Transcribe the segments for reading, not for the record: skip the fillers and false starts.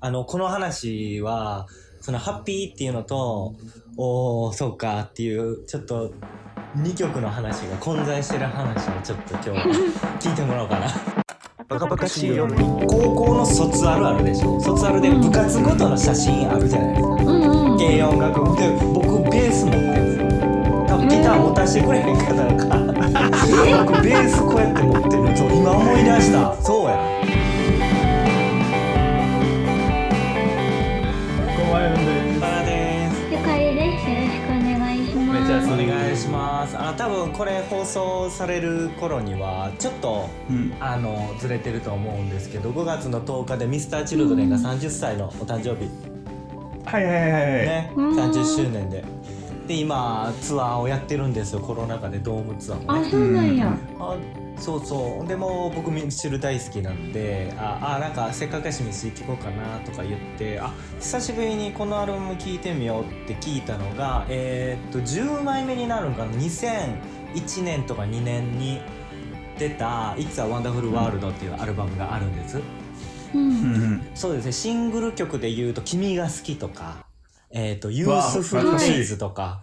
この話は、そのハッピーっていうのと、おー、そうかっていう、ちょっと、2曲の話が混在してる話をちょっと今日聞いてもらおうかな。バカバカしいよ。高校の卒アルあるでしょ。卒アルで部活ごとの写真あるじゃないですか。軽音楽部で僕ベース持ってるんですよ。多分ギター持たせてくれへんかったのか。僕ベースこうやって持ってるの。そう今思い出した。そうや。お願いします。多分これ放送される頃にはちょっと、ずれてると思うんですけど、5月の10日で Mr.Children が30歳のお誕生日、ね、30周年で今ツアーをやってるんですよ。コロナ禍でドームツアーをね。 そうなんや。 そうでも僕ミスチル大好きなんで、なんかせっかくやしミスチル聴こうかなとか言って、久しぶりにこのアルバム聴いてみようって聞いたのが10枚目になるんかな。2001年とか2年に出た It's a Wonderful World っていうアルバムがあるんです。そうですね。シングル曲で言うと君が好きとかYouthful Days とか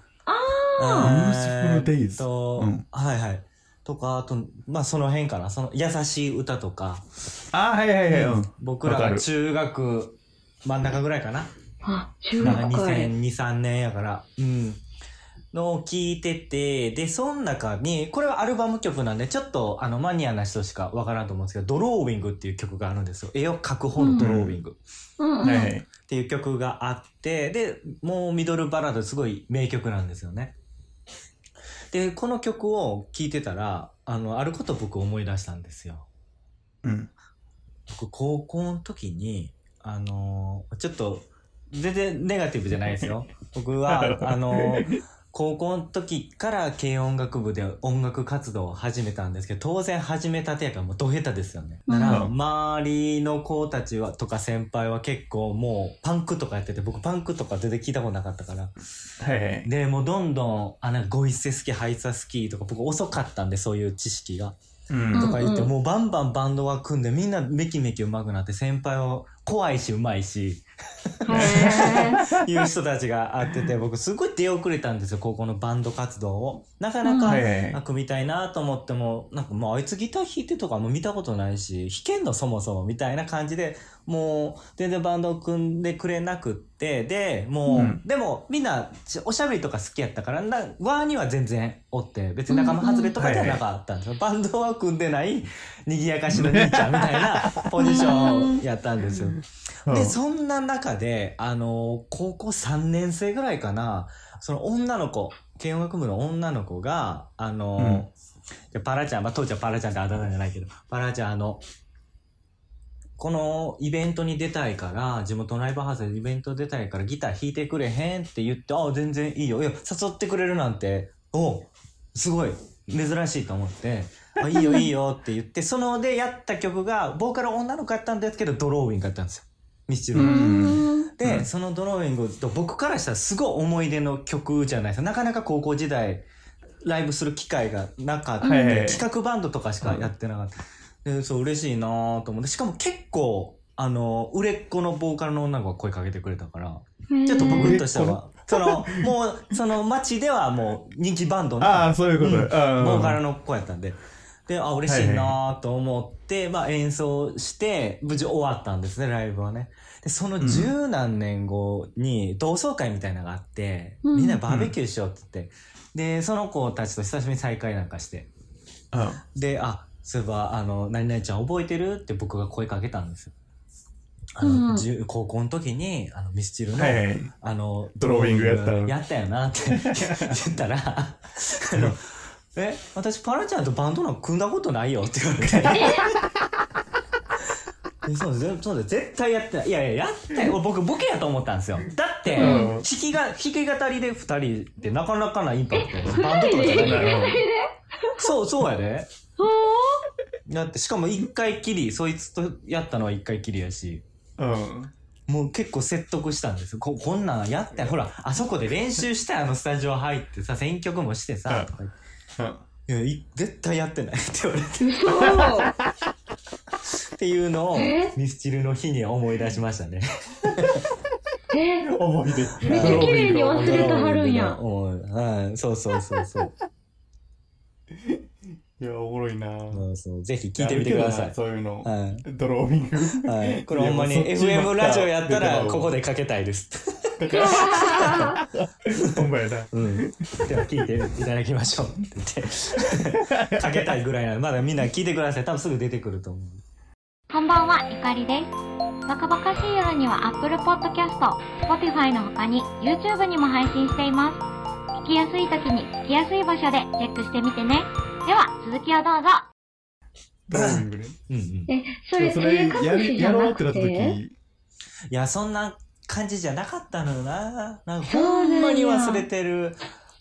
Youthful Days はいはいとか、あとその辺かな。その優しい歌とか、僕らが中学真ん中ぐらいかな。 中学 2002、3年やから、のを聞いてて、でその中にこれはアルバム曲なんでちょっとマニアな人しかわからんと思うんですけど、ドローイングっていう曲があるんですよ。絵を描く方のドローイングっていう曲があって、でもうミドルバラードすごい名曲なんですよね。でこの曲を聴いてたらあること僕思い出したんですよ。僕高校の時にちょっと全然ネガティブじゃないですよ。僕は高校の時から軽音楽部で音楽活動を始めたんですけど、当然始めたてやからもうド下手ですよね。だから周りの子たちはとか先輩は結構もうパンクとかやってて、僕パンクとか全然聞いたことなかったから、でもうどんどんゴイステ好きハイサ好きとか、僕遅かったんでそういう知識が、とか言ってもうバンバンバンドが組んでみんなメキメキ上手くなって、先輩は怖いし上手いしいう人たちがあってて、僕すごい出遅れたんですよ、高校のバンド活動を。なかなか組みたいなと思っても、なんかもうあいつギター弾いてとかも見たことないし、弾けんのそもそもみたいな感じで、もう全然バンドを組んでくれなくって、でもう、でもみんなおしゃべりとか好きやったから輪には全然おって、別に仲間外れとかじゃなかったんですよ。バンドは組んでない賑やかしの兄ちゃんみたいなポジションやったんですよ。でそんな中で高校3年生ぐらいかな、その女の子、軽音楽部の女の子がパラちゃん、当時はパラちゃんってあだ名じゃないけど、パラちゃんこのイベントに出たいから、地元のライブハウスでイベント出たいからギター弾いてくれへんって言って、全然いいよ、いや誘ってくれるなんてすごい珍しいと思って、いいよいいよって言って、そのでやった曲がボーカル女の子やったんですけどドローイングやったんですよ、ミスチルの。でそのドローイングと僕からしたらすごい思い出の曲じゃないですか。なかなか高校時代ライブする機会がなかった、企画バンドとかしかやってなかった、でそう嬉しいなと思って、しかも結構売れっ子のボーカルの女の子が声かけてくれたから、ちょっと僕としてはもうその街ではもう人気バンドのそういうこと、 ボーカルの子やったんで、嬉しいなと思って、演奏して無事終わったんですね、ライブはね。でその十何年後に同窓会みたいなのがあって、みんなバーベキューしようって言って、でその子たちと久しぶりに再会なんかして、でそういえば何々ちゃん覚えてるって僕が声かけたんですよ。高校の時にミスチルの、 ドローイングやったよなって言ったら私パラちゃんとバンドなんか組んだことないよって言われてそうです絶対やってない。いややったよ、僕ボケやと思ったんですよ。だって、弾き語りで2人ってなかなかなインパクト、バンドとかじゃないからそうやで。だってしかも1回きり、そいつとやったのは1回きりやし、もう結構説得したんですよ。こんなんやってほらあそこで練習してスタジオ入ってさ、選曲もしてさとか言って、いや絶対やってないって言われてってっていうのをミスチルの日に思い出しましたね。 思い出。 めっちゃ綺麗に忘れてはるんや。 はい、そうそうそうそう。 いや、おもろいな。 そうそう、ぜひ聞いてみてください。 そういうの。 はい。 ドロービング。 はい。これほんまに FM ラジオやったらここでかけたいです。 ほんまやな。 うん。では聞いていただきましょうって言って。かけたいぐらいなの。まだみんな聞いてください。多分すぐ出てくると思う。 こんばんは、ゆかりです。バカバカしい夜には Apple Podcast、Spotify の他に YouTube にも配信しています。聞きやすい時に聞きやすい場所でチェックしてみてね。では、続きをどうぞ。 ドロービングね。 うんうん。 それやろうってなった時。 いや、そんな感じじゃなかったのよな。なんかほんまに忘れてる。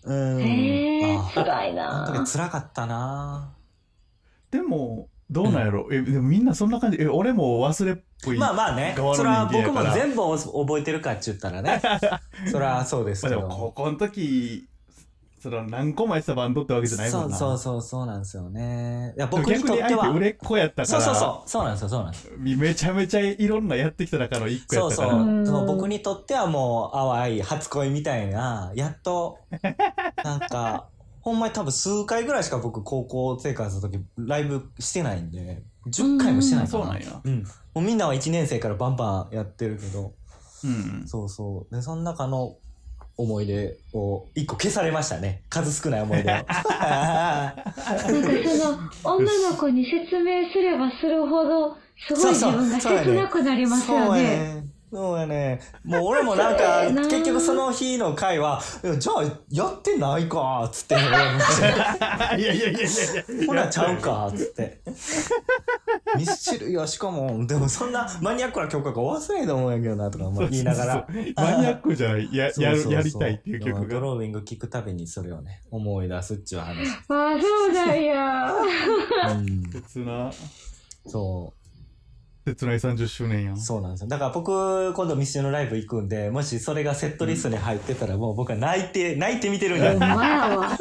辛いな。 あの時辛かったな。 でも、どうなんやろ、でもみんなそんな感じ。俺も忘れっぽい。 まあまあね。それは僕も全部覚えてるかって言ったらね。それはそうですけど。 でも高校の時、何個もやってたバンドってわけじゃないもんな。 そうなんですよね。いや、僕にとっては。 売れっ子やったから。 そうなんですよ。 めちゃめちゃいろんなやってきた中の一個やったから。 そう僕にとってはもう淡い初恋みたいな、やっと、なんか、ほんまに多分数回ぐらいしか僕高校生活の時ライブしてないんで、10回もしてないかな。 そうなんや。 うん。もうみんなは1年生からバンバンやってるけど、 そうそう。で、その中の思い出を1個消されましたね。数少ない思い出を。なんか女の子に説明すればするほど、すごい自分が切なくなりますよね。 そうやね。もう俺もなんか、結局その日の回は、じゃあ、やってないか、つって。いや。 ほなちゃうか、つって。ミスチル、いや、しかも、でもそんなマニアックな曲が忘れないと思うんやけどな、とか言いながら。 マニアックじゃない、やりたいっていう曲が。 ドローイング聞くたびにそれをね、思い出すっちゅう話。 そうだよ。 切な。 そう。 切ない30周年やん。 そうなんですよ。だから僕、今度ミスチルのライブ行くんで、もしそれがセットリストに入ってたら、もう僕は泣いて見てるんや。 ほんまやわ。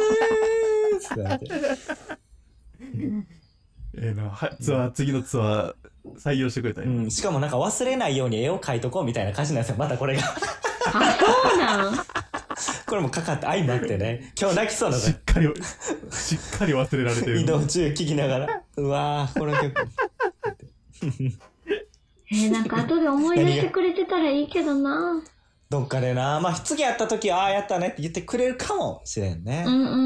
次のツアー採用してくれたよ。 しかもなんか忘れないように絵を描いとこうみたいな歌詞なんですよ。またこれが。 そうなんこれもかかって相まってね。今日泣きそうなの。 しっかり忘れられてる。 移動中聴きながら。うわー、この曲。 なんか後で思い出してくれてたらいいけどな。 どっかでな。まあ次やった時ああやったねって言ってくれるかもしれんね。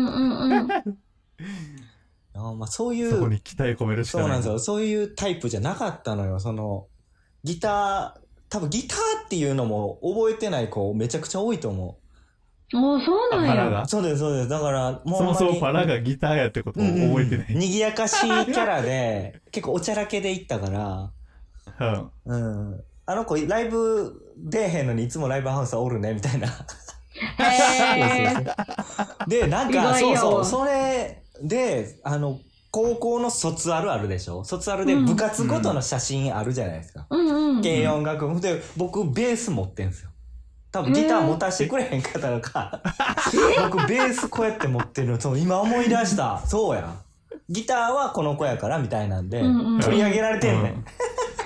まあそういう。 そこに期待込めるしかない。 そうなんですよ。そういうタイプじゃなかったのよ。ギター、多分ギターっていうのも覚えてない子めちゃくちゃ多いと思う。 そうなんや。 そうです。だから、 もう。そもそもパラがギターやってことを覚えてない。 賑やかしいキャラで、結構おちゃらけで行ったから、あの子、ライブ出えへんのにいつもライブハウスはおるね、みたいな。で、なんか、それで、高校の卒アルあるでしょ？卒アルで部活ごとの写真あるじゃないですか。軽音楽部で、僕ベース持ってんすよ。多分ギター持たしてくれへんかったのか。僕ベースこうやって持ってるの、今思い出した。そうや。ギターはこの子やからみたいなんで、取り上げられてんねん。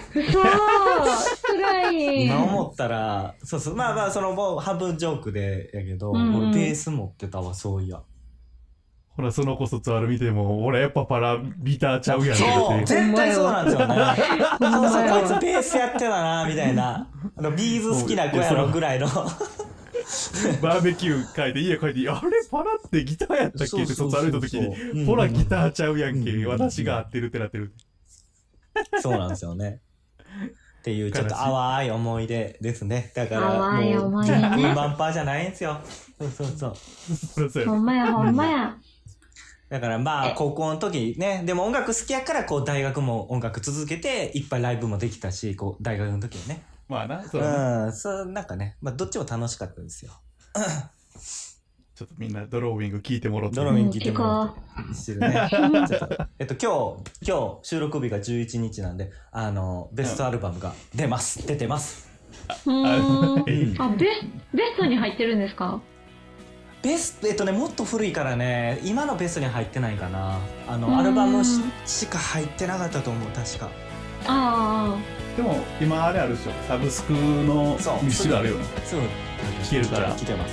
辛い。 今思ったら、まあもう半分ジョークでやけど、俺ベース持ってたわ、そういや。 ほら、その子卒アル見ても、俺やっぱパラギターちゃうやん。 そう、絶対そうなんですよね。こいつベースやってたな、みたいな。ビーズ好きな子やろぐらいの。 バーベキュー書いて、家帰って、あれパラってギターやったっけって卒アルの時に、ほらギターちゃうやんけ、私が合ってるってなってる。 そうなんですよね。っていうちょっと淡い思い出ですね。だからもう順風満帆じゃないんですよ。そう。 ほんまや。 だからまあ高校の時ね、でも音楽好きやからこう大学も音楽続けていっぱいライブもできたし、こう大学の時はね。 まあな、そうなんかね、まあどっちも楽しかったですよ。 ちょっとみんなドローイング聞いてもらって。 ドローイング聞いてもらって。してるね。今日収録日が11日なんで、ベストアルバムが出てます。 ベストに入ってるんですか？ もっと古いからね、今のベストに入ってないかな。アルバムしか入ってなかったと思う、確か。 あでも今あれあるでしょ、サブスクのミッシュあるよね。 そう聞けるから聞けます。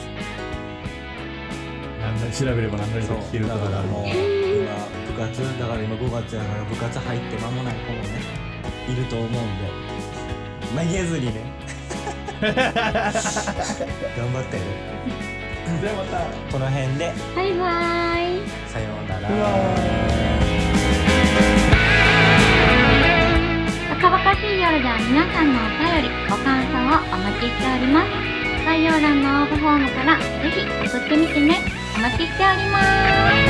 何回調べれば何回でそう聞けるかだからもうへ今ー部活だから今5月やから部活入って間もない子もねいると思うんでめげずにね頑張ってね。 じゃあまた。 この辺でバイバイ。 さようなら。 バカバカしい夜では皆さんのお便り、ご感想をお待ちしております。概要欄の応募フォームからぜひ送ってみてね。お待ちしております。